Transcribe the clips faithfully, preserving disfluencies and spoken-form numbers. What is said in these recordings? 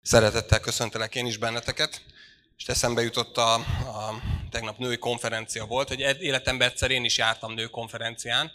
Szeretettel köszöntelek én is benneteket, és eszembe jutott a, a tegnap női konferencia volt, hogy életemben egyszer én is jártam nőkonferencián.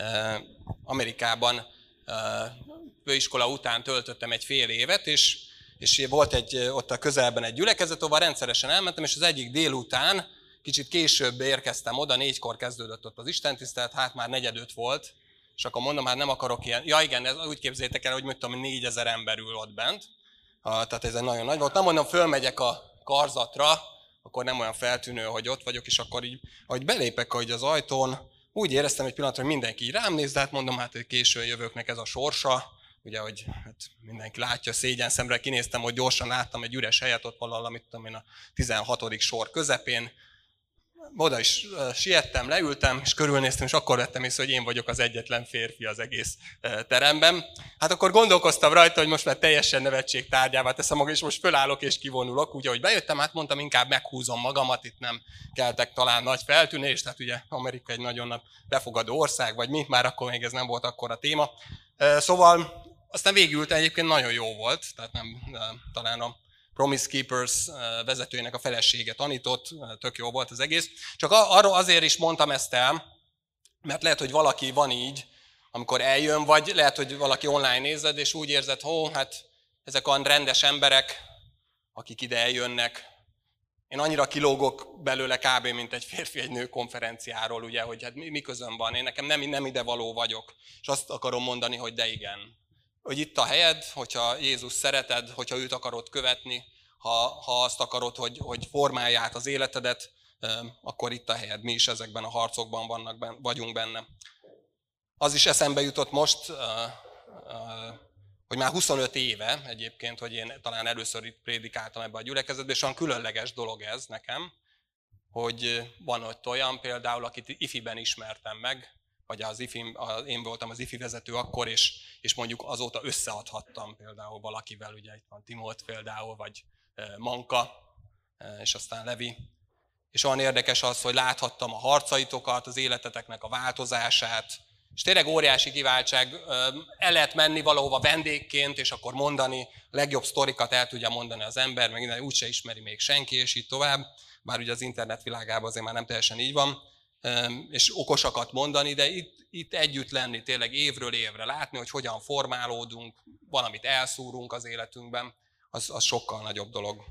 Amerikában főiskola után töltöttem egy fél évet, és, és volt egy, ott a közelben egy gyülekezet, ahol rendszeresen elmentem, és az egyik délután, kicsit később érkeztem oda, négykor kezdődött ott az istentisztelet, hát már negyedöt volt, és akkor mondom, hát nem akarok ilyen, ja igen, ez, úgy képzeljétek el, hogy mit tudom, négyezer ember ül ott bent. Ah, tehát ez egy nagyon nagy volt. Nem mondom, fölmegyek a karzatra, akkor nem olyan feltűnő, hogy ott vagyok, és akkor így, ahogy belépek hogy az ajtón, úgy éreztem egy pillanatra, hogy mindenki így rám néz, de hát mondom, hát hogy későn jövőknek ez a sorsa, ugye, hogy hát mindenki látja, szégyen szemre kinéztem, hogy gyorsan láttam egy üres helyet, ott valahol, amit tudom én, a tizenhatodik sor közepén. Oda is siettem, leültem, és körülnéztem, és akkor vettem észre, hogy én vagyok az egyetlen férfi az egész teremben. Hát akkor gondolkoztam rajta, hogy most már teljesen nevetség tárgyává teszem magam, és most fölállok és kivonulok. Úgy, ahogy bejöttem, hát mondtam, inkább meghúzom magamat, itt nem keltek talán nagy feltűnést, tehát ugye Amerika egy nagyon befogadó ország, vagy mi, már akkor még ez nem volt akkora téma. Szóval aztán végül egyébként nagyon jó volt, tehát nem talán a Promise Keepers vezetőjének a felesége tanított, tök jó volt az egész. Csak arról azért is mondtam ezt el, mert lehet, hogy valaki van így, amikor eljön, vagy lehet, hogy valaki online nézed, és úgy érzed, hó, hát ezek olyan rendes emberek, akik ide eljönnek. Én annyira kilógok belőle kb. Mint egy férfi egy nő konferenciáról, ugye, hogy hát mi, mi közöm van, én nekem nem, nem ide való vagyok. És azt akarom mondani, hogy de igen. Hogy itt a helyed, hogyha Jézus szereted, hogyha őt akarod követni, ha, ha azt akarod, hogy, hogy formálj át az életedet, akkor itt a helyed. Mi is ezekben a harcokban vannak, vagyunk benne. Az is eszembe jutott most, hogy már huszonöt éve egyébként, hogy én talán először itt prédikáltam ebbe a gyülekezetbe, és olyan különleges dolog ez nekem, hogy van ott olyan például, akit ifiben ismertem meg, vagy az ifi, én voltam az ifi vezető akkor, és, és mondjuk azóta összeadhattam például valakivel, ugye itt van Timót például, vagy Manka, és aztán Levi. És olyan érdekes az, hogy láthattam a harcaitokat, az életeteknek a változását, és tényleg óriási kiváltság, el lehet menni valahova vendégként, és akkor mondani, legjobb sztorikat el tudja mondani az ember, meg minden úgyse ismeri még senki, és így tovább, bár ugye az internet világában azért már nem teljesen így van, és okosakat mondani, de itt, itt együtt lenni tényleg évről évre, látni, hogy hogyan formálódunk, valamit elszúrunk az életünkben, az, az sokkal nagyobb dolog.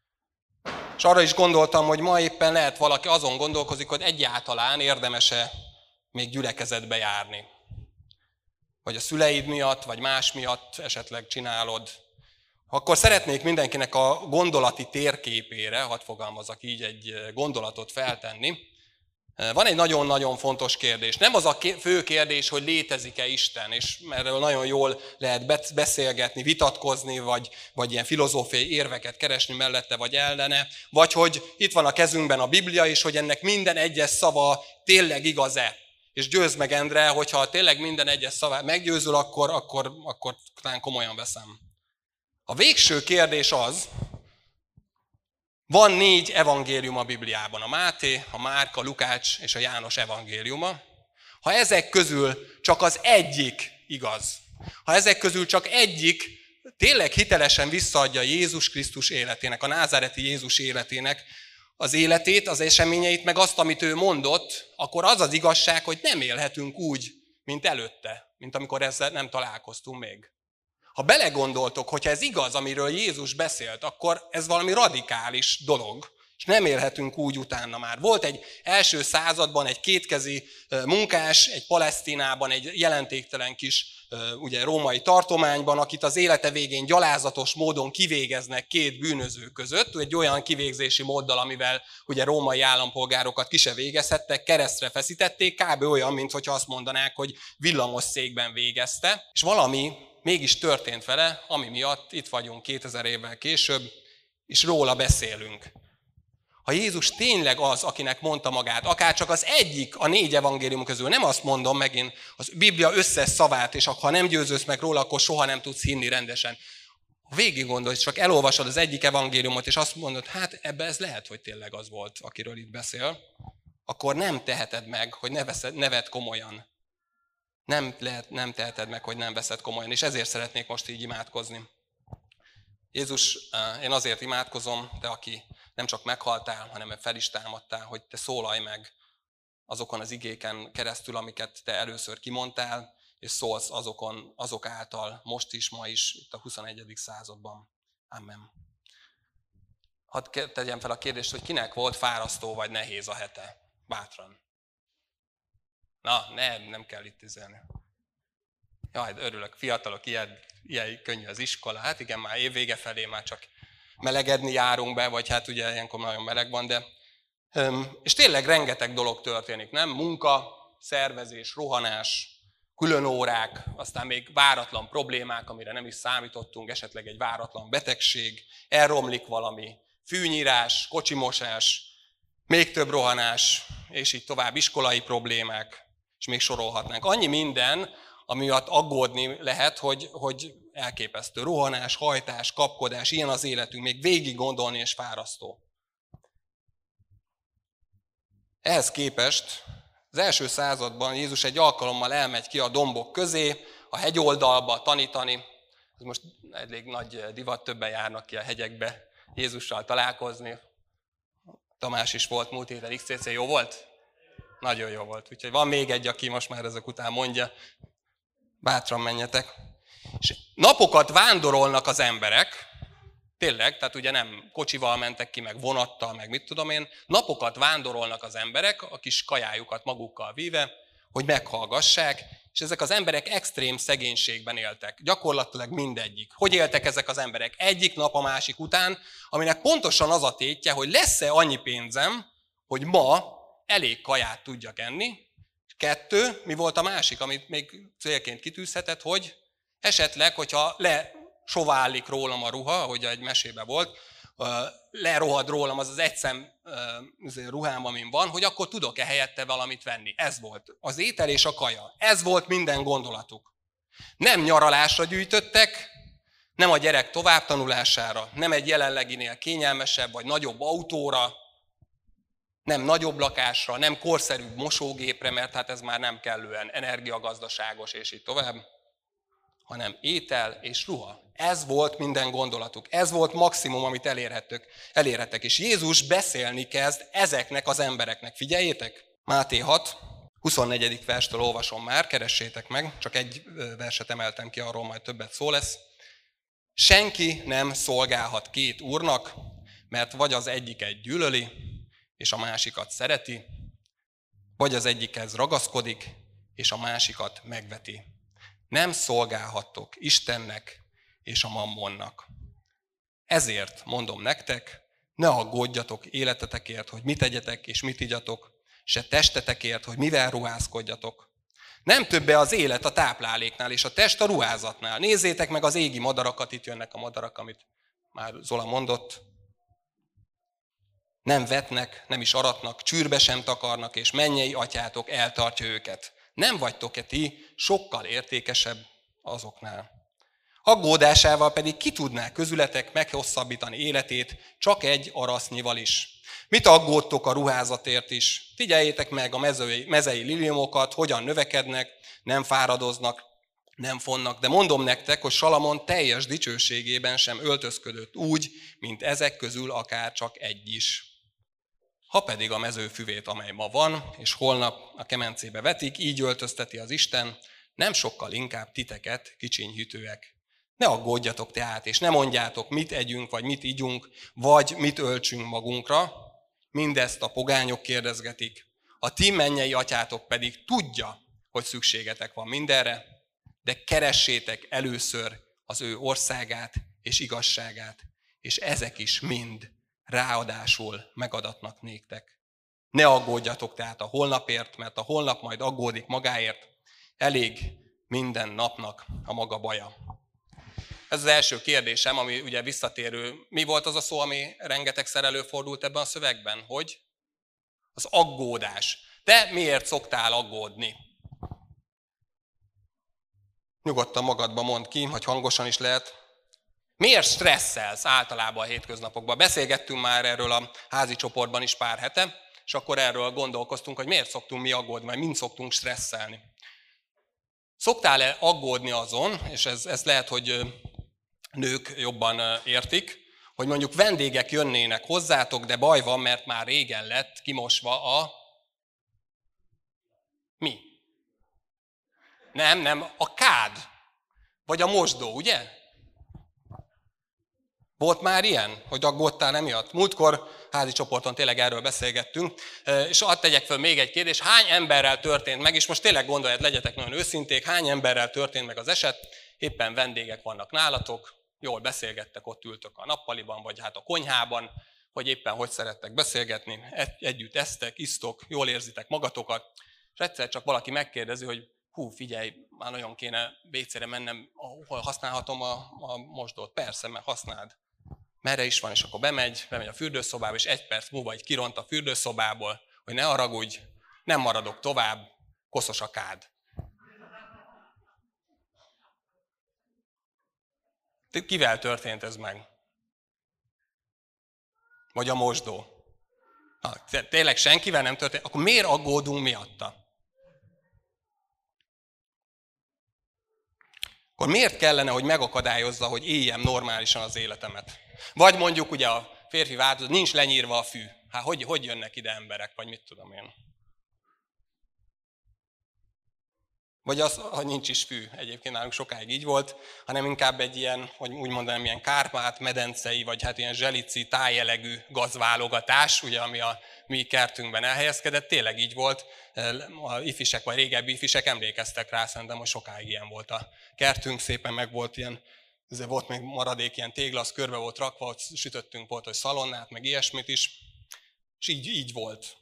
És arra is gondoltam, hogy ma éppen lehet valaki azon gondolkozik, hogy egyáltalán érdemes-e még gyülekezetbe járni. Vagy a szüleid miatt, vagy más miatt esetleg csinálod. Akkor szeretnék mindenkinek a gondolati térképére, hadd fogalmazok így, egy gondolatot feltenni. Van egy nagyon-nagyon fontos kérdés. Nem az a fő kérdés, hogy létezik-e Isten, és erről nagyon jól lehet beszélgetni, vitatkozni, vagy, vagy ilyen filozófiai érveket keresni mellette, vagy ellene, vagy hogy itt van a kezünkben a Biblia, és hogy ennek minden egyes szava tényleg igaz-e. És győzd meg, Endre, hogyha tényleg minden egyes szavát meggyőzül, akkor, akkor, akkor talán komolyan veszem. A végső kérdés az, van négy evangélium a Bibliában, a Máté, a Márk, a Lukács és a János evangéliuma. Ha ezek közül csak az egyik igaz, ha ezek közül csak egyik tényleg hitelesen visszaadja Jézus Krisztus életének, a názáreti Jézus életének az életét, az eseményeit, meg azt, amit ő mondott, akkor az az igazság, hogy nem élhetünk úgy, mint előtte, mint amikor ezzel nem találkoztunk még. Ha belegondoltok, hogyha ez igaz, amiről Jézus beszélt, akkor ez valami radikális dolog, és nem élhetünk úgy utána már. Volt egy első században egy kétkezi munkás, egy Palesztinában, egy jelentéktelen kis ugye, római tartományban, akit az élete végén gyalázatos módon kivégeznek két bűnöző között, egy olyan kivégzési móddal, amivel ugye római állampolgárokat ki se végezhettek, keresztre feszítették, kb. Olyan, mintha azt mondanák, hogy villamos székben végezte, és valami mégis történt vele, ami miatt itt vagyunk kétezer évvel később, és róla beszélünk. Ha Jézus tényleg az, akinek mondta magát, akár csak az egyik a négy evangélium közül, nem azt mondom megint, az Biblia összes szavát, és ha nem győződsz meg róla, akkor soha nem tudsz hinni rendesen. Ha végig gondolsz, csak elolvasod az egyik evangéliumot, és azt mondod, hát ebbe ez lehet, hogy tényleg az volt, akiről itt beszél, akkor nem teheted meg, hogy ne, veszed, ne vedd komolyan. Nem, lehet, nem teheted meg, hogy nem veszed komolyan, és ezért szeretnék most így imádkozni. Jézus, én azért imádkozom, te, aki nem csak meghaltál, hanem fel is támadtál, hogy te szólalj meg azokon az igéken keresztül, amiket te először kimondtál, és szólsz azokon, azok által most is, ma is, itt a huszonegyedik században. Amen. Hadd tegyem fel a kérdést, hogy kinek volt fárasztó vagy nehéz a hete? Bátran. Na, nem, nem kell itt üzenni. Jaj, örülök, fiatalok, ilyen, ilyen könnyű az iskola. Hát igen, már évvége felé már csak melegedni járunk be, vagy hát ugye ilyenkor nagyon meleg van, de... És tényleg rengeteg dolog történik, nem? Munka, szervezés, rohanás, külön órák, aztán még váratlan problémák, amire nem is számítottunk, esetleg egy váratlan betegség, elromlik valami, fűnyírás, kocsimosás, még több rohanás, és így tovább, iskolai problémák, és még sorolhatnánk. Annyi minden, amiatt aggódni lehet, hogy, hogy elképesztő rohanás, hajtás, kapkodás, ilyen az életünk, még végig gondolni és fárasztó. Ehhez képest az első században Jézus egy alkalommal elmegy ki a dombok közé, a hegyoldalba tanítani. Ez most elég nagy divat, többen járnak ki a hegyekbe Jézussal találkozni. Tamás is volt múlt héten, iksz cé cé, jó volt? Nagyon jó volt. Úgyhogy van még egy, aki most már ezek után mondja, bátran menjetek. És napokat vándorolnak az emberek, tényleg, tehát ugye nem kocsival mentek ki, meg vonattal, meg mit tudom én, napokat vándorolnak az emberek, a kis kajájukat magukkal víve, hogy meghallgassák, és ezek az emberek extrém szegénységben éltek. Gyakorlatilag mindegyik. Hogy éltek ezek az emberek? Egyik nap a másik után, aminek pontosan az a tétje, hogy lesz-e annyi pénzem, hogy ma elég kaját tudjak enni. Kettő, mi volt a másik, amit még célként kitűzhetett, hogy esetleg, hogyha lesoválik rólam a ruha, ahogy egy mesében volt, lerohad rólam az az egyszem ruhám, amin van, hogy akkor tudok-e helyette valamit venni. Ez volt az étel és a kaja. Ez volt minden gondolatuk. Nem nyaralásra gyűjtöttek, nem a gyerek továbbtanulására, nem egy jelenleginél kényelmesebb vagy nagyobb autóra, nem nagyobb lakásra, nem korszerűbb mosógépre, mert hát ez már nem kellően energiagazdaságos és így tovább, hanem étel és ruha. Ez volt minden gondolatuk. Ez volt maximum, amit elérhettek. elérhettek. És Jézus beszélni kezd ezeknek az embereknek. Figyeljétek! Máté hat, huszonnegyedik verstől olvasom már, keressétek meg, csak egy verset emeltem ki, arról majd többet szó lesz. Senki nem szolgálhat két úrnak, mert vagy az egyiket gyűlöli, és a másikat szereti, vagy az egyikhez ragaszkodik, és a másikat megveti. Nem szolgálhattok Istennek és a mammonnak. Ezért mondom nektek, ne aggódjatok életetekért, hogy mit egyetek és mit igyatok, se testetekért, hogy mivel ruházkodjatok. Nem többe az élet a tápláléknál, és a test a ruházatnál. Nézzétek meg az égi madarakat, itt jönnek a madarak, amit már Zola mondott. Nem vetnek, nem is aratnak, csűrbe sem takarnak, és mennyei atyátok eltartja őket. Nem vagytok-e ti sokkal értékesebb azoknál? Aggódásával pedig ki tudná közületek meghosszabbítani életét csak egy arasznyival is. Mit aggódtok a ruházatért is? Figyeljétek meg a mezei, mezei liliomokat, hogyan növekednek, nem fáradoznak, nem fonnak. De mondom nektek, hogy Salamon teljes dicsőségében sem öltözködött úgy, mint ezek közül akár csak egy is. Ha pedig a mező füvét, amely ma van, és holnap a kemencébe vetik, így öltözteti az Isten, nem sokkal inkább titeket, kicsinyhűtőek. Ne aggódjatok tehát, és ne mondjátok, mit együnk, vagy mit igyunk, vagy mit öltsünk magunkra. Mindezt a pogányok kérdezgetik. A ti mennyei atyátok pedig tudja, hogy szükségetek van mindenre, de keressétek először az ő országát és igazságát, és ezek is mind ráadásul megadatnak néktek. Ne aggódjatok tehát a holnapért, mert a holnap majd aggódik magáért, elég minden napnak a maga baja. Ez az első kérdésem, ami ugye visszatérő. Mi volt az a szó, ami rengetegszer előfordult ebben a szövegben? Hogy? Az aggódás. Te miért szoktál aggódni? Nyugodtan magadba mondd ki, hogy hangosan is lehet. Miért stresszelsz általában a hétköznapokban? Beszélgettünk már erről a házi csoportban is pár hete, és akkor erről gondolkoztunk, hogy miért szoktunk mi aggódni, vagy mind szoktunk stresszelni. Szoktál-e aggódni azon, és ez, ez lehet, hogy nők jobban értik, hogy mondjuk vendégek jönnének hozzátok, de baj van, mert már régen lett kimosva a... Mi? Nem, nem, a kád. Vagy a mosdó, ugye? Volt már ilyen, hogy aggódtál emiatt? Múltkor házi csoporton tényleg erről beszélgettünk, és hadd tegyek föl még egy kérdés, hány emberrel történt meg, és most tényleg gondolját, legyetek nagyon őszinték, hány emberrel történt meg az eset, éppen vendégek vannak nálatok, jól beszélgettek, ott ültök a nappaliban, vagy hát a konyhában, hogy éppen hogy szerettek beszélgetni, együtt esztek, isztok, jól érzitek magatokat, és egyszer csak valaki megkérdezi, hogy hú, figyelj, már nagyon kéne vécére mennem, hol használhatom a, a mosdót? Persze, mert használd. Merre is van, és akkor bemegy, bemegy a fürdőszobába, és egy perc múlva így kiront a fürdőszobából, hogy ne haragudj, nem maradok tovább, koszos a kád. Kivel történt ez meg? Vagy a mosdó? Ha, tényleg senkivel nem történt, akkor miért aggódunk miatta? Akkor miért kellene, hogy megakadályozza, hogy éljem normálisan az életemet? Vagy mondjuk ugye a férfi változat, nincs lenyírva a fű. Hát hogy, hogy jönnek ide emberek, vagy mit tudom én? Vagy az, hogy nincs is fű, egyébként nálunk sokáig így volt, hanem inkább egy ilyen, hogy úgy mondanám, ilyen Kárpát-medencei, vagy hát ilyen zselici, tájjelegű gazválogatás, ugye, ami a mi kertünkben elhelyezkedett, tényleg így volt. A ifisek, vagy régebbi ifisek emlékeztek rá, szerintem, hogy sokáig ilyen volt a kertünk, szépen meg volt ilyen, volt még maradék ilyen tégla, az körbe volt rakva, ott sütöttünk volt, hogy szalonnát, meg ilyesmit is, és így, így volt.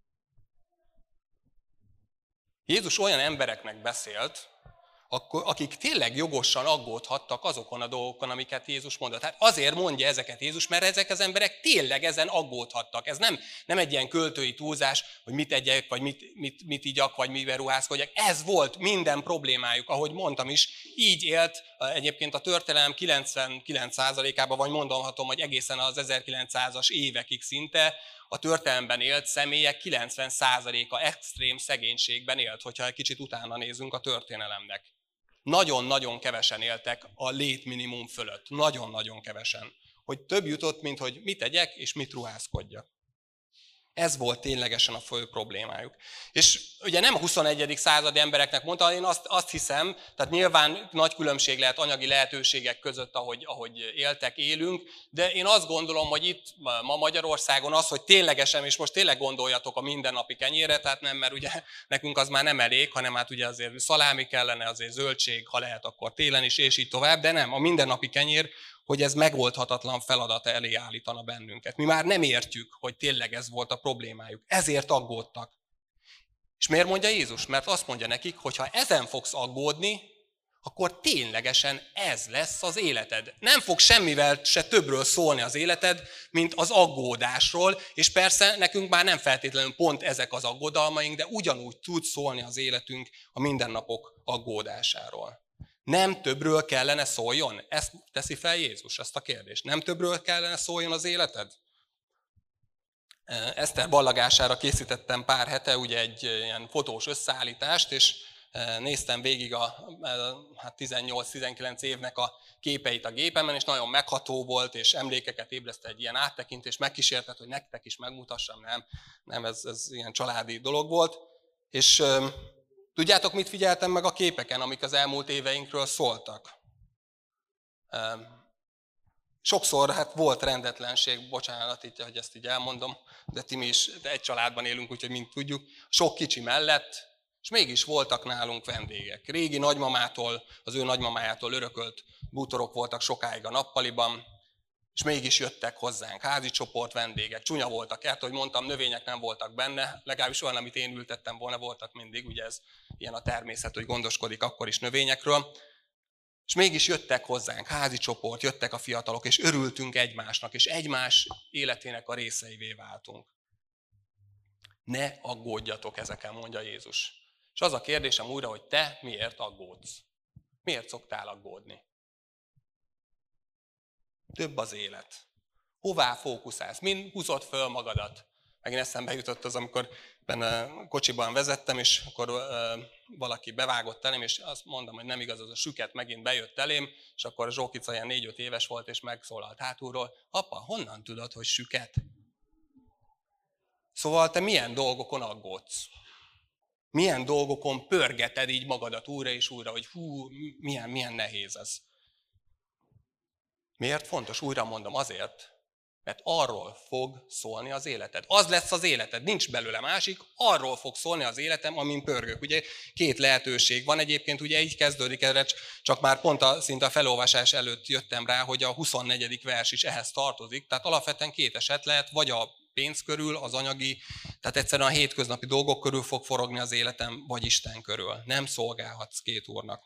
Jézus olyan embereknek beszélt, akik tényleg jogosan aggódhattak azokon a dolgokon, amiket Jézus mondott. Hát azért mondja ezeket Jézus, mert ezek az emberek tényleg ezen aggódhattak. Ez nem, nem egy ilyen költői túlzás, hogy mit egyek, vagy mit, mit, mit igyak, vagy mivel ruházkodjak. Ez volt minden problémájuk, ahogy mondtam is. Így élt egyébként a történelem kilencvenkilenc százalékában, vagy mondhatom, hogy egészen az ezerkilencszázas évekig szinte, a történelemben élt személyek kilencven százaléka extrém szegénységben élt, hogyha egy kicsit utána nézünk a történelemnek. Nagyon-nagyon kevesen éltek a létminimum fölött. Nagyon-nagyon kevesen. Hogy több jutott, mint hogy mit tegyek és mit ruházkodjak. Ez volt ténylegesen a fő problémájuk. És ugye nem a huszonegyedik századi embereknek mondta, én azt, azt hiszem, tehát nyilván nagy különbség lehet anyagi lehetőségek között, ahogy, ahogy éltek, élünk, de én azt gondolom, hogy itt ma Magyarországon az, hogy ténylegesen, és most tényleg gondoljatok a mindennapi kenyérre, tehát nem, mert ugye nekünk az már nem elég, hanem hát ugye azért szalámi kellene, azért zöldség, ha lehet, akkor télen is, és így tovább, de nem, a mindennapi kenyér, hogy ez megoldhatatlan feladat elé állítana bennünket. Mi már nem értjük, hogy tényleg ez volt a problémájuk. Ezért aggódtak. És miért mondja Jézus? Mert azt mondja nekik, hogy ha ezen fogsz aggódni, akkor ténylegesen ez lesz az életed. Nem fog semmivel se többről szólni az életed, mint az aggódásról, és persze nekünk már nem feltétlenül pont ezek az aggodalmaink, de ugyanúgy tud szólni az életünk a mindennapok aggódásáról. Nem többről kellene szóljon? Ezt teszi fel Jézus, ezt a kérdést. Nem többről kellene szóljon az életed? Eszter ballagására készítettem pár hete ugye egy ilyen fotós összeállítást, és néztem végig a hát tizennyolc-tizenkilenc évnek a képeit a gépemen, és nagyon megható volt, és emlékeket ébresztett egy ilyen áttekintés, megkísértett, hogy nektek is megmutassam, nem, nem ez, ez ilyen családi dolog volt. És tudjátok, mit figyeltem meg a képeken, amik az elmúlt éveinkről szóltak? Sokszor hát volt rendetlenség, bocsánat, így, hogy ezt így elmondom, de ti mi is de egy családban élünk, úgyhogy mind tudjuk, sok kicsi mellett, és mégis voltak nálunk vendégek. Régi nagymamától, az ő nagymamájától örökölt bútorok voltak sokáig a nappaliban, és mégis jöttek hozzánk, házi csoport vendégek, csúnya voltak, hát, hogy mondtam, növények nem voltak benne, legalábbis olyan, amit én ültettem volna, voltak mindig, ugye ez ilyen a természet, hogy gondoskodik akkor is növényekről. És mégis jöttek hozzánk, házi csoport, jöttek a fiatalok, és örültünk egymásnak, és egymás életének a részeivé váltunk. Ne aggódjatok ezeken, mondja Jézus. És az a kérdésem újra, hogy te miért aggódsz? Miért szoktál aggódni? Több az élet. Hová fókuszálsz? Mind húzod föl magadat? megint eszembe jutott az, amikor benne kocsiban vezettem, és akkor uh, valaki bevágott elém, és azt mondom, hogy nem igaz, az a süket megint bejött elém, és akkor a Zsókica ilyen négy-öt éves volt, és megszólalt hátulról, apa, honnan tudod, hogy süket? Szóval te milyen dolgokon aggódsz? Milyen dolgokon pörgeted így magadat újra és újra, hogy hú, milyen, milyen nehéz ez. Miért fontos? Újra mondom, azért, mert arról fog szólni az életed. Az lesz az életed, nincs belőle másik, arról fog szólni az életem, amin pörgök. Ugye két lehetőség van egyébként, ugye így kezdődik erre, csak már pont a, szinte a felolvasás előtt jöttem rá, hogy a huszonnegyedik vers is ehhez tartozik. Tehát alapvetően két eset lehet, vagy a pénz körül, az anyagi, tehát egyszerűen a hétköznapi dolgok körül fog forogni az életem, vagy Isten körül. Nem szolgálhatsz két úrnak.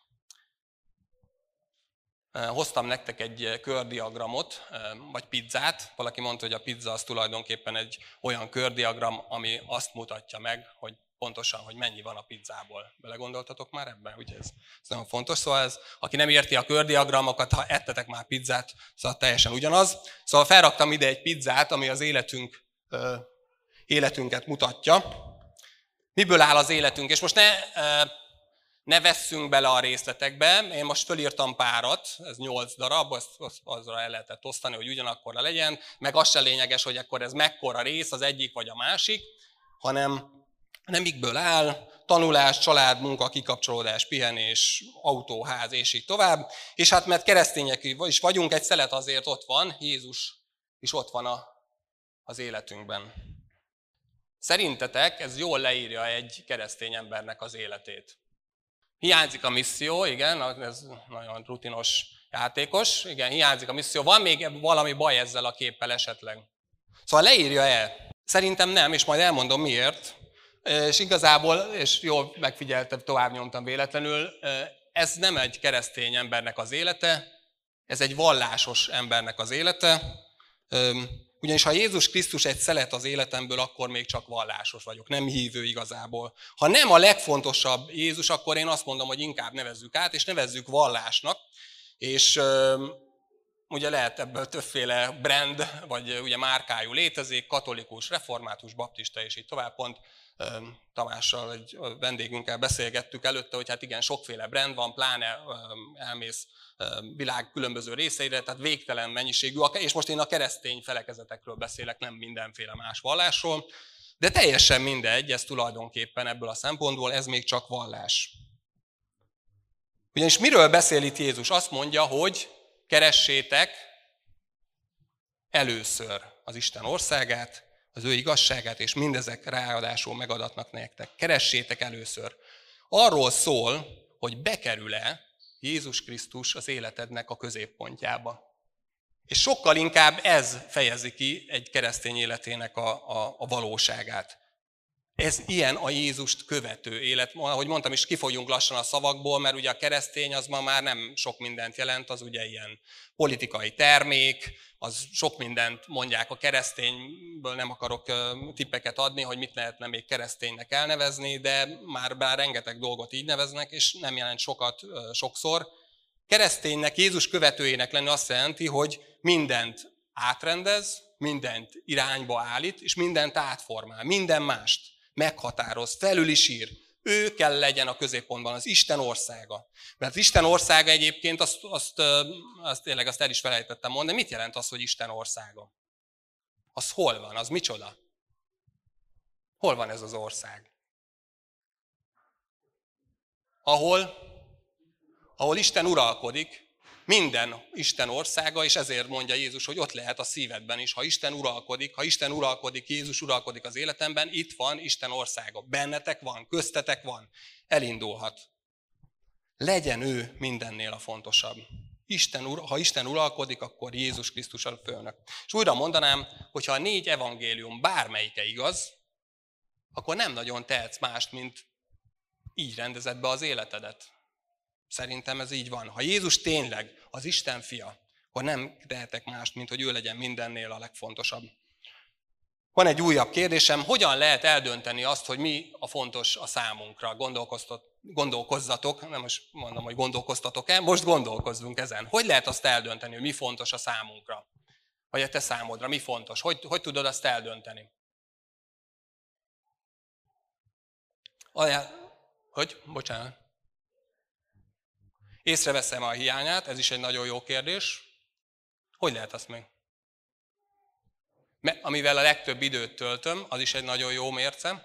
Hoztam nektek egy kördiagramot, vagy pizzát. Valaki mondta, hogy a pizza az tulajdonképpen egy olyan kördiagram, ami azt mutatja meg, hogy pontosan, hogy mennyi van a pizzából. Belegondoltatok már ebben? Ugye ez, ez nagyon fontos. Szóval ez, aki nem érti a kördiagramokat, ha ettetek már pizzát, szóval teljesen ugyanaz. Szóval felraktam ide egy pizzát, ami az életünk, ö, életünket mutatja. Miből áll az életünk? És most ne... Ö, Ne vesszünk bele a részletekbe, én most fölírtam párat, ez nyolc darab, azt, azt, azra el lehetett osztani, hogy ugyanakkora legyen, meg az se lényeges, hogy akkor ez mekkora rész, az egyik vagy a másik, hanem nem mikből áll, tanulás, család, munka, kikapcsolódás, pihenés, autó, ház, és így tovább. És hát mert keresztények is vagyunk, egy szelet azért ott van, Jézus is ott van a, az életünkben. Szerintetek ez jól leírja egy keresztény embernek az életét? Hiányzik a misszió, igen, ez nagyon rutinos játékos, igen, hiányzik a misszió. Van még valami baj ezzel a képpel esetleg? Szóval leírja el. Szerintem nem, és majd elmondom miért. És igazából, és jól megfigyeltem, tovább nyomtam véletlenül, ez nem egy keresztény embernek az élete, ez egy vallásos embernek az élete. Ugyanis ha Jézus Krisztus egy szelet az életemből, akkor még csak vallásos vagyok, nem hívő igazából. Ha nem a legfontosabb Jézus, akkor én azt mondom, hogy inkább nevezzük át, és nevezzük vallásnak. És ö, ugye lehet ebből többféle brand, vagy ugye márkájú létezik, katolikus, református, baptista, és így tovább. Pont ö, Tamással, egy vendégünkkel beszélgettük előtte, hogy hát igen, sokféle brand van, pláne ö, elmész világ különböző részeire, tehát végtelen mennyiségű, és most én a keresztény felekezetekről beszélek, nem mindenféle más vallásról, de teljesen mindegy, ez tulajdonképpen ebből a szempontból, ez még csak vallás. Ugyanis miről beszél itt Jézus? Azt mondja, hogy keressétek először az Isten országát, az ő igazságát, és mindezek ráadásul megadatnak nektek. Keressétek először. Arról szól, hogy bekerül-e Jézus Krisztus az életednek a középpontjába. És sokkal inkább ez fejezi ki egy keresztény életének a, a, a valóságát. Ez ilyen a Jézust követő élet. Ahogy mondtam is, kifogyunk lassan a szavakból, mert ugye a keresztény az ma már nem sok mindent jelent, az ugye ilyen politikai termék, az sok mindent mondják a keresztényből, nem akarok tippeket adni, hogy mit lehetne még kereszténynek elnevezni, de már bár rengeteg dolgot így neveznek, és nem jelent sokat sokszor. Kereszténynek, Jézus követőjének lenni azt jelenti, hogy mindent átrendez, mindent irányba állít, és mindent átformál, minden mást meghatároz, felül is ír. Ő kell legyen a középpontban, az Isten országa. Mert az Isten országa egyébként, azt, azt, azt tényleg azt el is felejtettem mondani, mit jelent az, hogy Isten országa? Az hol van? Az micsoda? Hol van ez az ország? Ahol, ahol Isten uralkodik, minden Isten országa, és ezért mondja Jézus, hogy ott lehet a szívedben is. Ha Isten uralkodik, ha Isten uralkodik, Jézus uralkodik az életemben, itt van Isten országa. Bennetek van, köztetek van. Elindulhat. Legyen ő mindennél a fontosabb. Isten, ha Isten uralkodik, akkor Jézus Krisztus a főnök. És újra mondanám, hogyha a négy evangélium bármelyike igaz, akkor nem nagyon tehetsz mást, mint így rendezed be az életedet. Szerintem ez így van. Ha Jézus tényleg az Isten fia, akkor nem tehetek mást, mint hogy ő legyen mindennél a legfontosabb. Van egy újabb kérdésem, hogyan lehet eldönteni azt, hogy mi a fontos a számunkra? Gondolkozzatok, nem most mondom, hogy gondolkoztatok el, most gondolkozzunk ezen. Hogy lehet azt eldönteni, hogy mi fontos a számunkra? Vagy a te számodra, mi fontos? Hogy, hogy tudod azt eldönteni? Ajánl... Hogy? Bocsánat. Észreveszem a hiányát, ez is egy nagyon jó kérdés. Hogy lehet azt még? Amivel a legtöbb időt töltöm, az is egy nagyon jó mérce.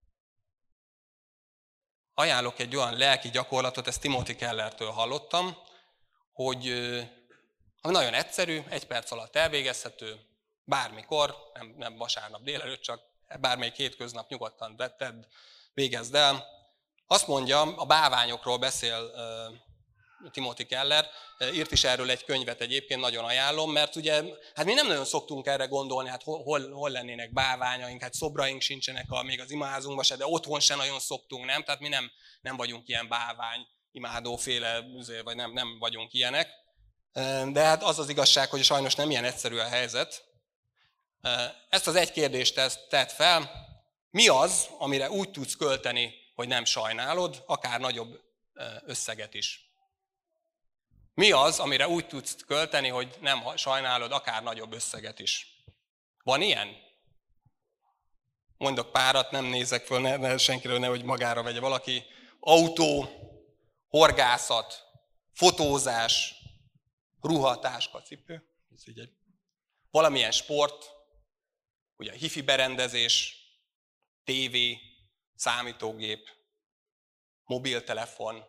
Ajánlok egy olyan lelki gyakorlatot, ezt Timothy Kellertől hallottam, hogy ami nagyon egyszerű, egy perc alatt elvégezhető, bármikor, nem, nem vasárnap délelőtt, csak bármelyik hétköznap nyugodtan tedd, végezd el. Azt mondja, a bálványokról beszél Timothy Keller, írt is erről egy könyvet egyébként, nagyon ajánlom, mert ugye, hát mi nem nagyon szoktunk erre gondolni, hát hol, hol lennének bálványaink, hát szobraink sincsenek a, még az imaházunkban se, de otthon se nagyon szoktunk, nem? Tehát mi nem, nem vagyunk ilyen bálvány imádóféle, vagy nem, nem vagyunk ilyenek. De hát az az igazság, hogy sajnos nem ilyen egyszerű a helyzet. Ezt az egy kérdést tett fel, mi az, amire úgy tudsz költeni, hogy nem sajnálod, akár nagyobb összeget is. Mi az, amire úgy tudsz költeni, hogy nem sajnálod, akár nagyobb összeget is? Van ilyen? Mondok párat, nem nézek föl, ne, ne, senkiről nehogy magára vegye valaki. Autó, horgászat, fotózás, ruha, táska, cipő. Ez így egy. Valamilyen sport, ugye a hifi berendezés, tévé, számítógép, mobiltelefon.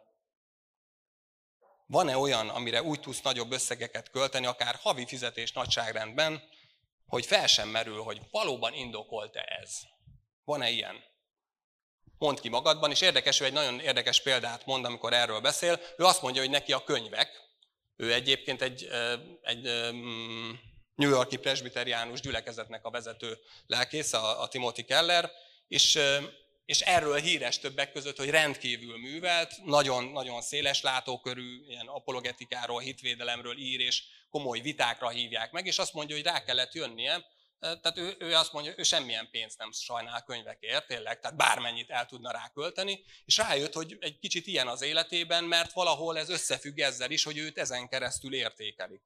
Van-e olyan, amire úgy tudsz nagyobb összegeket költeni, akár havi fizetés nagyságrendben, hogy fel sem merül, hogy valóban indokolt-e ez? Van-e ilyen? Mondd ki magadban, és érdekes, ő egy nagyon érdekes példát mond, amikor erről beszél. Ő azt mondja, hogy neki a könyvek, ő egyébként egy, egy New York-i presbiteriánus gyülekezetnek a vezető lelkésze, a Timothy Keller, és És erről híres többek között, hogy rendkívül művelt, nagyon, nagyon széles látókörű, ilyen apologetikáról, hitvédelemről ír, és komoly vitákra hívják meg, és azt mondja, hogy rá kellett jönnie. Tehát ő, ő azt mondja, ő semmilyen pénzt nem sajnál könyvekért, tényleg, tehát bármennyit el tudna rá költeni, és rájött, hogy egy kicsit ilyen az életében, mert valahol ez összefügg ezzel is, hogy őt ezen keresztül értékelik.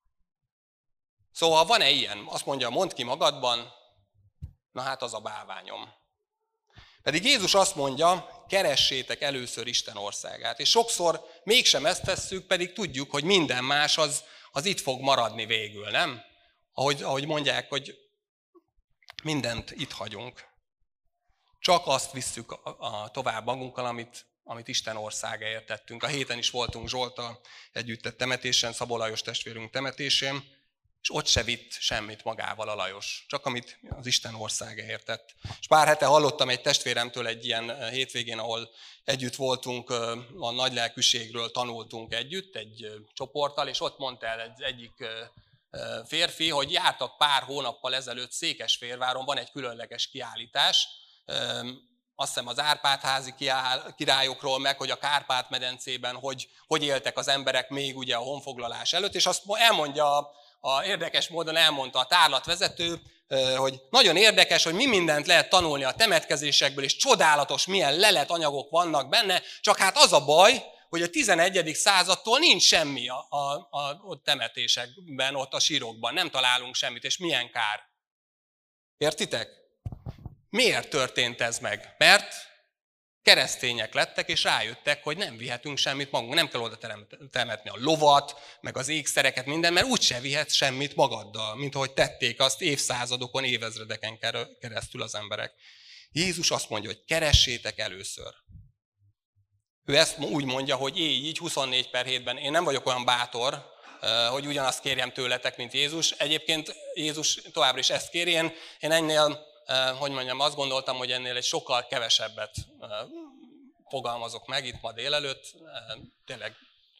Szóval van-e ilyen? Azt mondja, mondd ki magadban, na hát az a bálványom. Pedig Jézus azt mondja, keressétek először Isten országát. És sokszor mégsem ezt tesszük, pedig tudjuk, hogy minden más az, az itt fog maradni végül, nem? Ahogy, ahogy mondják, hogy mindent itt hagyunk. Csak azt visszük a, a tovább magunkkal, amit, amit Isten országáért tettünk. A héten is voltunk Zsolttal együtt egy temetésen, Szabó Lajos testvérünk temetésén, és ott se vitt semmit magával a Lajos, csak amit az Isten országáért tett. És pár hete hallottam egy testvéremtől egy ilyen hétvégén, ahol együtt voltunk, a nagylelkűségről tanultunk együtt, egy csoporttal, és ott mondta el egy egyik férfi, hogy jártak pár hónappal ezelőtt Székesfehérváron, van egy különleges kiállítás, azt hiszem az Árpád-házi királyokról, meg hogy a Kárpát-medencében hogy, hogy éltek az emberek még ugye a honfoglalás előtt, és azt elmondja a A érdekes módon elmondta a tárlatvezető, hogy nagyon érdekes, hogy mi mindent lehet tanulni a temetkezésekből, és csodálatos, milyen leletanyagok vannak benne, csak hát az a baj, hogy a tizenegyedik századtól nincs semmi a, a, a, a temetésekben, ott a sírokban, nem találunk semmit, és milyen kár. Értitek? Miért történt ez meg? Mert keresztények lettek, és rájöttek, hogy nem vihetünk semmit magunk, nem kell oda temetni a lovat, meg az ékszereket, minden, mert úgyse vihetsz semmit magaddal, mint ahogy tették azt évszázadokon, évezredeken keresztül az emberek. Jézus azt mondja, hogy keressétek először. Ő ezt úgy mondja, hogy éj így huszonnégy per hétben. Én nem vagyok olyan bátor, hogy ugyanazt kérjem tőletek, mint Jézus. Egyébként Jézus továbbra is ezt kéri. Én, én ennél hogy mondjam, azt gondoltam, hogy ennél egy sokkal kevesebbet fogalmazok meg itt ma délelőtt. Tényleg,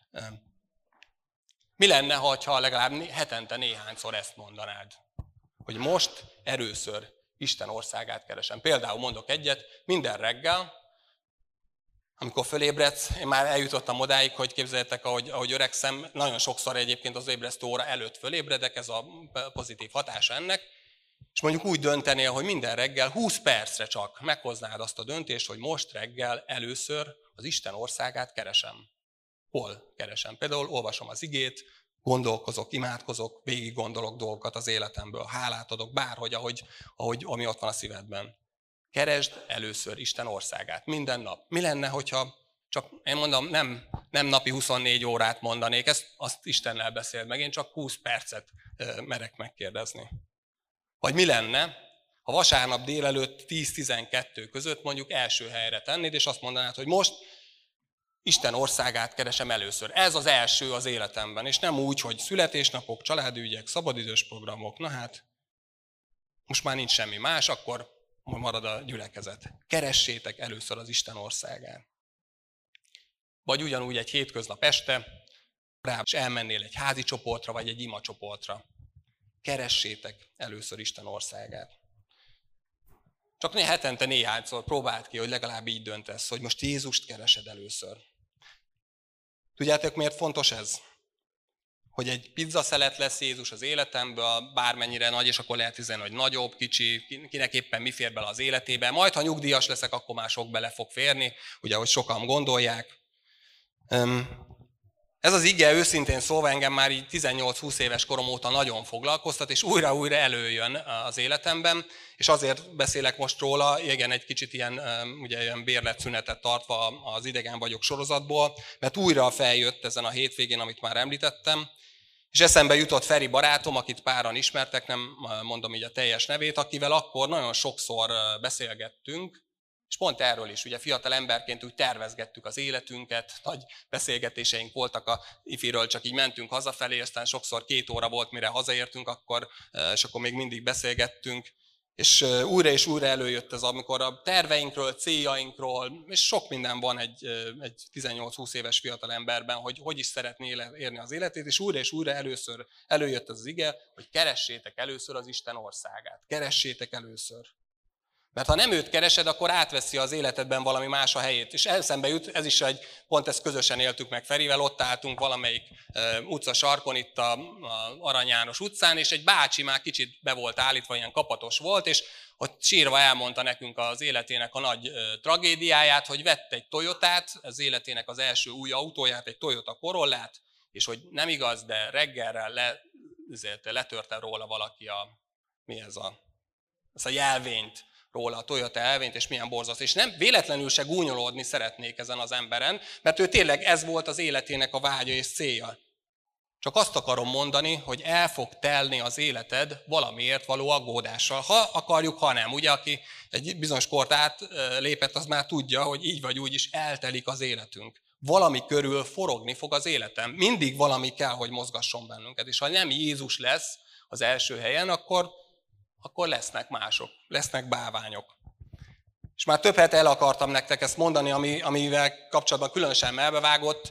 mi lenne, ha legalább hetente néhányszor ezt mondanád? Hogy most először Isten országát keresem. Például mondok egyet, minden reggel, amikor fölébredsz, én már eljutottam odáig, hogy képzeljétek, ahogy, ahogy öregszem, nagyon sokszor egyébként az ébresztő óra előtt fölébredek, ez a pozitív hatása ennek, és mondjuk úgy döntenél, hogy minden reggel húsz percre csak meghoznád azt a döntést, hogy most reggel először az Isten országát keresem. Hol keresem? Például olvasom az igét, gondolkozok, imádkozok, végig gondolok dolgokat az életemből, hálát adok bárhogy, ahogy, ahogy, ami ott van a szívedben. Keresd először Isten országát, minden nap. Mi lenne, hogyha csak, én mondom, nem, nem napi huszonnégy órát mondanék, ezt azt Istennel beszélt meg, én csak húsz percet merek megkérdezni. Vagy mi lenne, ha vasárnap délelőtt tíz-tizenkettő között mondjuk első helyre tennéd, és azt mondanád, hogy most Isten országát keresem először. Ez az első az életemben, és nem úgy, hogy születésnapok, családügyek, szabadidős programok, na hát most már nincs semmi más, akkor marad a gyülekezet. Keressétek először az Isten országát. Vagy ugyanúgy egy hétköznap este, rá is elmennél egy házi csoportra, vagy egy ima csoportra. Keressétek először Isten országát. Csak né, hetente néhányszor próbáld ki, hogy legalább így döntesz, hogy most Jézust keresed először. Tudjátok, miért fontos ez? Hogy egy pizzaszelet lesz Jézus az életemből, bármennyire nagy, és akkor lehet üzenni, hogy nagyobb, kicsi, kinek éppen mi fér bele az életébe. Majd, ha nyugdíjas leszek, akkor már sok bele fog férni, ugye, ahogy sokan gondolják. Ez az ige őszintén szólva engem már így tizennyolc-húsz éves korom óta nagyon foglalkoztat, és újra-újra előjön az életemben, és azért beszélek most róla, igen, egy kicsit ilyen, ugye, ilyen bérletszünetet tartva az Idegen vagyok sorozatból, mert újra feljött ezen a hétvégén, amit már említettem, és eszembe jutott Feri barátom, akit páran ismertek, nem mondom így a teljes nevét, akivel akkor nagyon sokszor beszélgettünk, és pont erről is, ugye fiatal emberként úgy tervezgettük az életünket, nagy beszélgetéseink voltak a ifiről, csak így mentünk hazafelé, aztán sokszor két óra volt, mire hazaértünk, akkor, és akkor még mindig beszélgettünk. És újra és újra előjött ez, amikor a terveinkről, céljainkról, és sok minden van egy, egy tizennyolc-húsz éves fiatal emberben, hogy hogy is szeretné érni az életét, és újra és újra először előjött az ige, hogy keressétek először az Isten országát. Keressétek először. Mert ha nem őt keresed, akkor átveszi az életedben valami más a helyét. És eszembe jut, ez is egy, pont ezt közösen éltük meg Ferivel, ott álltunk valamelyik uh, utca sarkon, itt a, a Arany János utcán, és egy bácsi már kicsit be volt állítva, ilyen kapatos volt, és ott sírva elmondta nekünk az életének a nagy uh, tragédiáját, hogy vett egy Toyotát, az életének az első új autóját, egy Toyota Corollát, és hogy nem igaz, de reggelre le, ezért letörte róla valaki a, mi ez a, ez a jelvényt, róla a Toyota elvényt, és milyen borzasztó. És nem véletlenül se gúnyolódni szeretnék ezen az emberen, mert ő tényleg ez volt az életének a vágya és célja. Csak azt akarom mondani, hogy el fog telni az életed valamiért való aggódással. Ha akarjuk, ha nem. Ugye, aki egy bizonyos kort átlépett, az már tudja, hogy így vagy úgy is eltelik az életünk. Valami körül forogni fog az életem. Mindig valami kell, hogy mozgasson bennünket. És ha nem Jézus lesz az első helyen, akkor akkor lesznek mások, lesznek báványok. És már több hete el akartam nektek ezt mondani, ami, amivel kapcsolatban különösen melbevágott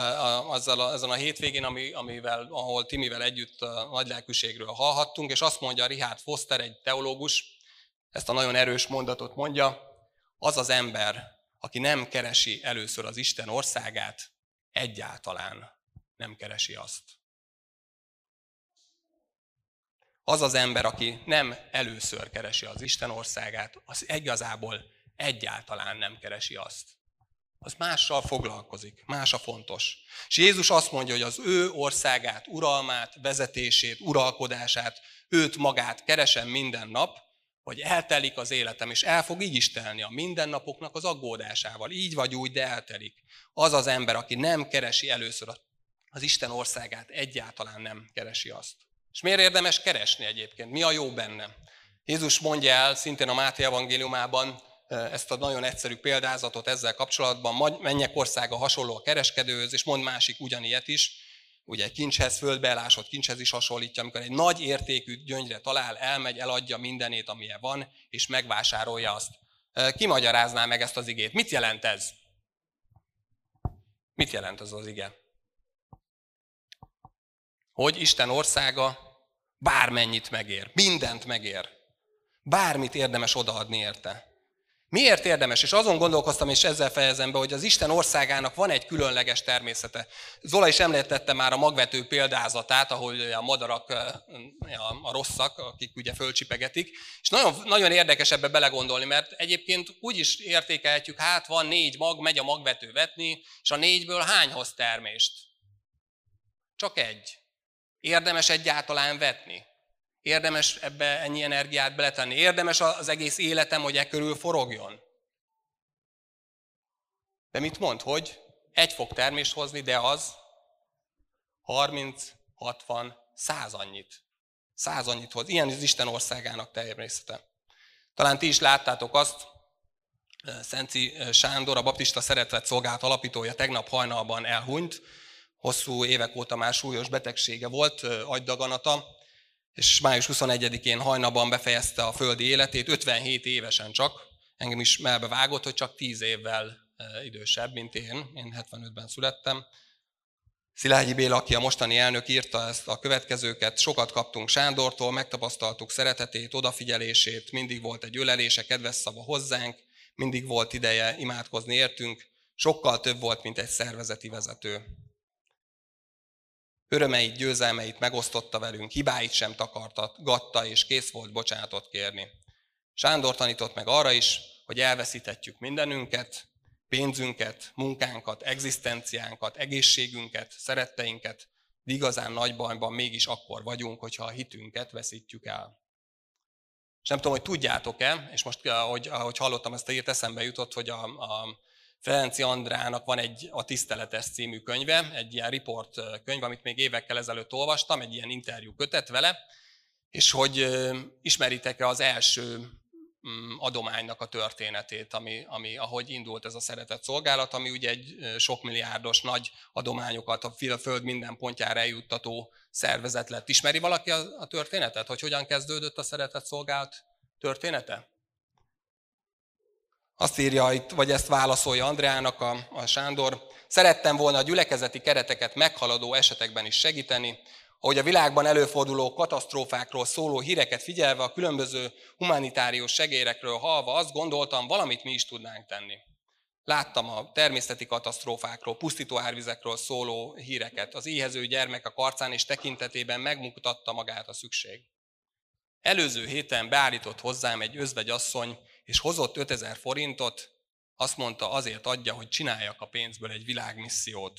azzal a, ezen a hétvégén, ami, amivel, ahol Timivel együtt a nagylelkűségről hallhattunk, és azt mondja Richard Foster, egy teológus, ezt a nagyon erős mondatot mondja, az az ember, aki nem keresi először az Isten országát, egyáltalán nem keresi azt. Az az ember, aki nem először keresi az Isten országát, az igazából egyáltalán nem keresi azt. Az mással foglalkozik, más a fontos. És Jézus azt mondja, hogy az ő országát, uralmát, vezetését, uralkodását, őt magát keresem minden nap, hogy eltelik az életem, és el fog így is telni a mindennapoknak az aggódásával. Így vagy úgy, de eltelik. Az az ember, aki nem keresi először az Isten országát, egyáltalán nem keresi azt. És miért érdemes keresni egyébként? Mi a jó benne? Jézus mondja el szintén a Máté evangéliumában ezt a nagyon egyszerű példázatot ezzel kapcsolatban. Mennyek országa hasonló a kereskedőhöz, és mond másik ugyanilyet is. Ugye egy kincshez, földbe elásott kincshez is hasonlítja, amikor egy nagy értékű gyöngyre talál, elmegy, eladja mindenét, amilyen van, és megvásárolja azt. Ki magyarázná meg ezt az igét? Mit jelent ez? Mit jelent ez az ige? Hogy Isten országa bármennyit megér, mindent megér. Bármit érdemes odaadni érte. Miért érdemes? És azon gondolkoztam, és ezzel fejezem be, hogy az Isten országának van egy különleges természete. Zola is említette már a magvető példázatát, ahol a madarak a rosszak, akik ugye fölcsipegetik. És nagyon, nagyon érdekes ebbe belegondolni, mert egyébként úgy is értékelhetjük, hát van négy mag, megy a magvető vetni, és a négyből hány hoz termést? Csak egy. Érdemes egyáltalán vetni? Érdemes ebbe ennyi energiát beletenni? Érdemes az egész életem, hogy e körül forogjon? De mit mond, hogy egy fog termést hozni, de az harminc, hatvan, száz annyit. Száz annyit hoz. Ilyen az Isten országának természete. Talán ti is láttátok azt, Szenci Sándor, a Baptista Szeretet Szolgálat alapítója tegnap hajnalban elhunyt. Hosszú évek óta már súlyos betegsége volt, agydaganata, és május huszonegyedikén hajnalban befejezte a földi életét, ötvenhét évesen csak. Engem is melbevágott, hogy csak tíz évvel idősebb, mint én. Én hetvenötben születtem. Szilágyi Béla, aki a mostani elnök, írta ezt a következőket. Sokat kaptunk Sándortól, megtapasztaltuk szeretetét, odafigyelését, mindig volt egy ölelése, kedves szava hozzánk, mindig volt ideje imádkozni értünk, sokkal több volt, mint egy szervezeti vezető. Örömeit, győzelmeit megosztotta velünk, hibáit sem takargatta, és kész volt bocsánatot kérni. Sándor tanított meg arra is, hogy elveszíthetjük mindenünket, pénzünket, munkánkat, egzisztenciánkat, egészségünket, szeretteinket, de igazán nagy bajban mégis akkor vagyunk, hogyha a hitünket veszítjük el. És nem tudom, hogy tudjátok-e, és most ahogy, ahogy hallottam ezt a hírt, eszembe jutott, hogy a, a Ferenczy Andrának van egy A Tiszteletes című könyve, egy ilyen report könyv, amit még évekkel ezelőtt olvastam, egy ilyen interjú kötet vele, és hogy ismeritek-e az első adománynak a történetét, ami, ami, ahogy indult ez a szeretett szolgálat, ami ugye egy sokmilliárdos nagy adományokat a föld minden pontjára eljuttató szervezet lett. Ismeri valaki a, a történetet, hogy hogyan kezdődött a szeretett szolgálat története? Azt írja itt, vagy ezt válaszolja Andreának a, a Sándor. Szerettem volna a gyülekezeti kereteket meghaladó esetekben is segíteni, ahogy a világban előforduló katasztrófákról szóló híreket figyelve, a különböző humanitárius segélyekről hallva azt gondoltam, valamit mi is tudnánk tenni. Láttam a természeti katasztrófákról, pusztító árvizekről szóló híreket, az éhező gyermekek arcán és tekintetében megmutatta magát a szükség. Előző héten beállított hozzám egy özvegyasszony, és hozott ötezer forintot, azt mondta, azért adja, hogy csináljak a pénzből egy világmissziót.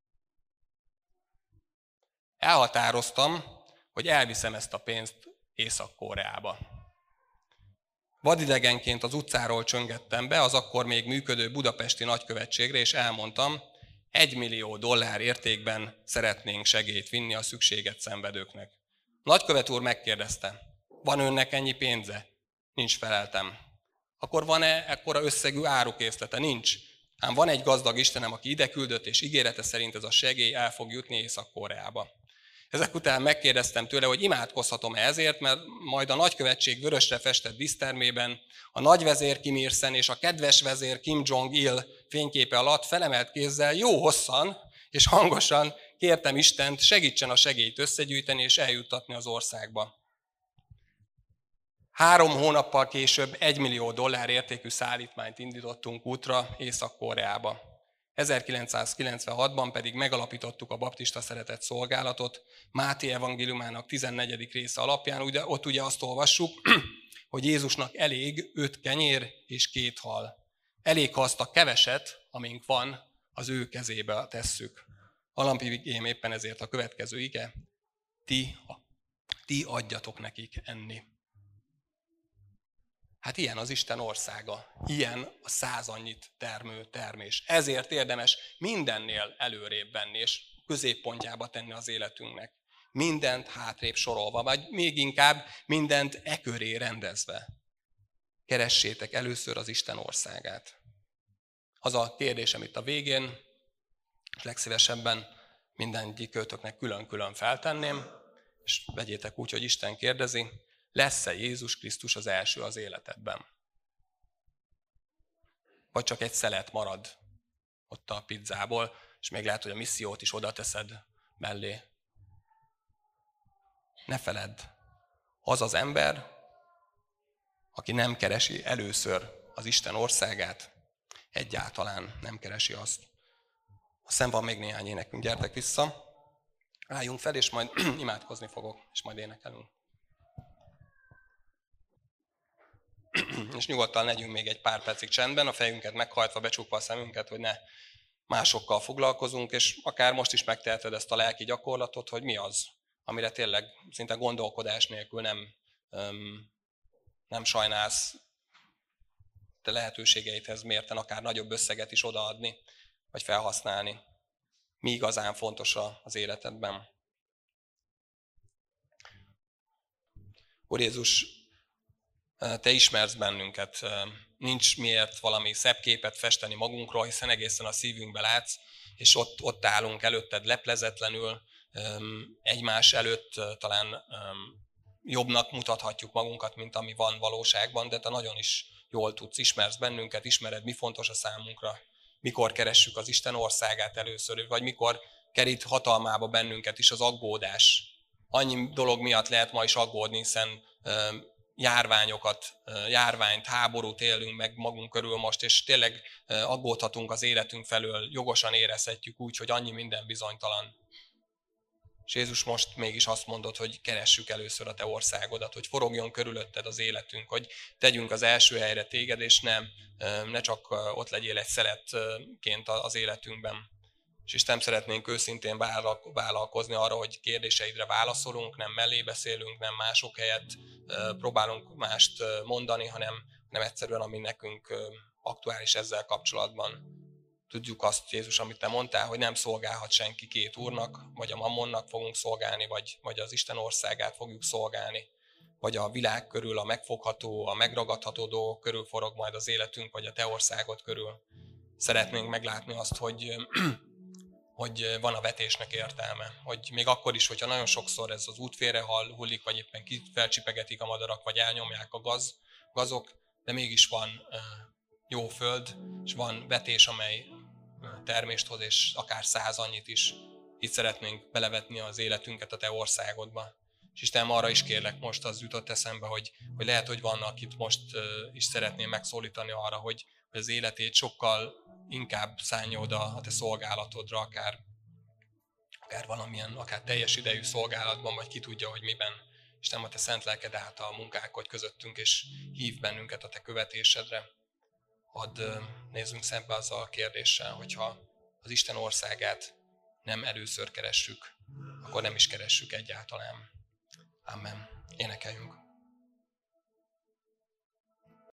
Elhatároztam, hogy elviszem ezt a pénzt Észak-Koreába. Vadidegenként az utcáról csöngettem be az akkor még működő budapesti nagykövetségre, és elmondtam, egy millió dollár értékben szeretnénk segélyt vinni a szükséget szenvedőknek. A nagykövet úr megkérdezte, van önnek ennyi pénze? Nincs, feleltem. Akkor van-e ekkora összegű árukészlete? Nincs. Ám van egy gazdag Istenem, aki ide küldött, és ígérete szerint ez a segély el fog jutni Észak-Koreába. Ezek után megkérdeztem tőle, hogy imádkozhatom-e ezért, mert majd a nagykövetség vörösre festett dísztermében a nagyvezér Kim Il-sen és a kedves vezér Kim Jong-il fényképe alatt felemelt kézzel jó hosszan és hangosan kértem Istent, segítsen a segélyt összegyűjteni és eljuttatni az országba. Három hónappal később egy millió dollár értékű szállítmányt indítottunk útra Észak-Koreába. ezerkilencszázkilencvenhatban pedig megalapítottuk a Baptista Szeretett Szolgálatot, Máté evangéliumának tizennegyedik része alapján. Ugye, ott ugye azt olvassuk, hogy Jézusnak elég öt kenyér és két hal. Elég, ha azt a keveset, amink van, az ő kezébe tesszük. Alampigém éppen ezért a következő ige, ti, ti adjatok nekik enni. Hát ilyen az Isten országa, ilyen a száz annyit termő termés. Ezért érdemes mindennél előrébb venni, és középpontjába tenni az életünknek. Mindent hátrébb sorolva, vagy még inkább mindent e köré rendezve. Keressétek először az Isten országát. Az a kérdésem itt a végén, és legszívesebben mindegyikőtöknek külön-külön feltenném, és vegyétek úgy, hogy Isten kérdezi, lesz-e Jézus Krisztus az első az életedben? Vagy csak egy szelet marad ott a pizzából, és még lehet, hogy a missziót is oda teszed mellé. Ne feledd, az az ember, aki nem keresi először az Isten országát, egyáltalán nem keresi azt. Aztán van még néhány énekünk, gyertek vissza, álljunk fel, és majd imádkozni fogok, és majd énekelünk. És nyugodtan legyünk még egy pár percig csendben, a fejünket meghajtva, becsukva a szemünket, hogy ne másokkal foglalkozunk, és akár most is megteheted ezt a lelki gyakorlatot, hogy mi az, amire tényleg szinte gondolkodás nélkül nem, nem sajnálsz, te lehetőségeidhez mérten akár nagyobb összeget is odaadni, vagy felhasználni. Mi igazán fontos az életedben? Úr Jézus, te ismersz bennünket, nincs miért valami szebb képet festeni magunkról, hiszen egészen a szívünkbe látsz, és ott, ott állunk előtted leplezetlenül, egymás előtt talán jobbnak mutathatjuk magunkat, mint ami van valóságban, de te nagyon is jól tudsz, ismersz bennünket, ismered, mi fontos a számunkra, mikor keressük az Isten országát először, vagy mikor kerít hatalmába bennünket is az aggódás. Annyi dolog miatt lehet ma is aggódni, hiszen járványokat, járványt, háborút élünk meg magunk körül most, és tényleg aggódhatunk az életünk felől, jogosan érezhetjük úgy, hogy annyi minden bizonytalan. És Jézus most mégis azt mondod, hogy keressük először a te országodat, hogy forogjon körülötted az életünk, hogy tegyünk az első helyre téged, és nem, ne csak ott legyél egy szeletként az életünkben. És Isten, szeretnénk őszintén vállalkozni arra, hogy kérdéseidre válaszolunk, nem mellé beszélünk, nem mások helyett próbálunk mást mondani, hanem, hanem egyszerűen, ami nekünk aktuális ezzel kapcsolatban. Tudjuk azt, Jézus, amit te mondtál, hogy nem szolgálhat senki két úrnak, vagy a mammonnak fogunk szolgálni, vagy, vagy az Isten országát fogjuk szolgálni, vagy a világ körül, a megfogható, a megragadható dolgok körül forog majd az életünk, vagy a te országod körül. Szeretnénk meglátni azt, hogy, hogy van a vetésnek értelme. Hogy még akkor is, hogyha nagyon sokszor ez az út félre hullik, vagy éppen felcsipegetik a madarak, vagy elnyomják a gaz, gazok, de mégis van jó föld, és van vetés, amely termést hoz, és akár száz annyit is. Itt szeretnénk belevetni az életünket a te országodba. És Istenem, arra is kérlek, most az jutott eszembe, hogy, hogy lehet, hogy van, akit most is szeretném megszólítani arra, hogy, hogy az életét sokkal inkább szánja oda a te szolgálatodra, akár, akár valamilyen, akár teljes idejű szolgálatban, vagy ki tudja, hogy miben. Istenem, a te szent lelked által munkálkodj közöttünk, és hív bennünket a te követésedre. Hadd nézzünk szembe azzal a kérdéssel, hogyha az Isten országát nem először keressük, akkor nem is keressük egyáltalán. Amen. Énekeljünk.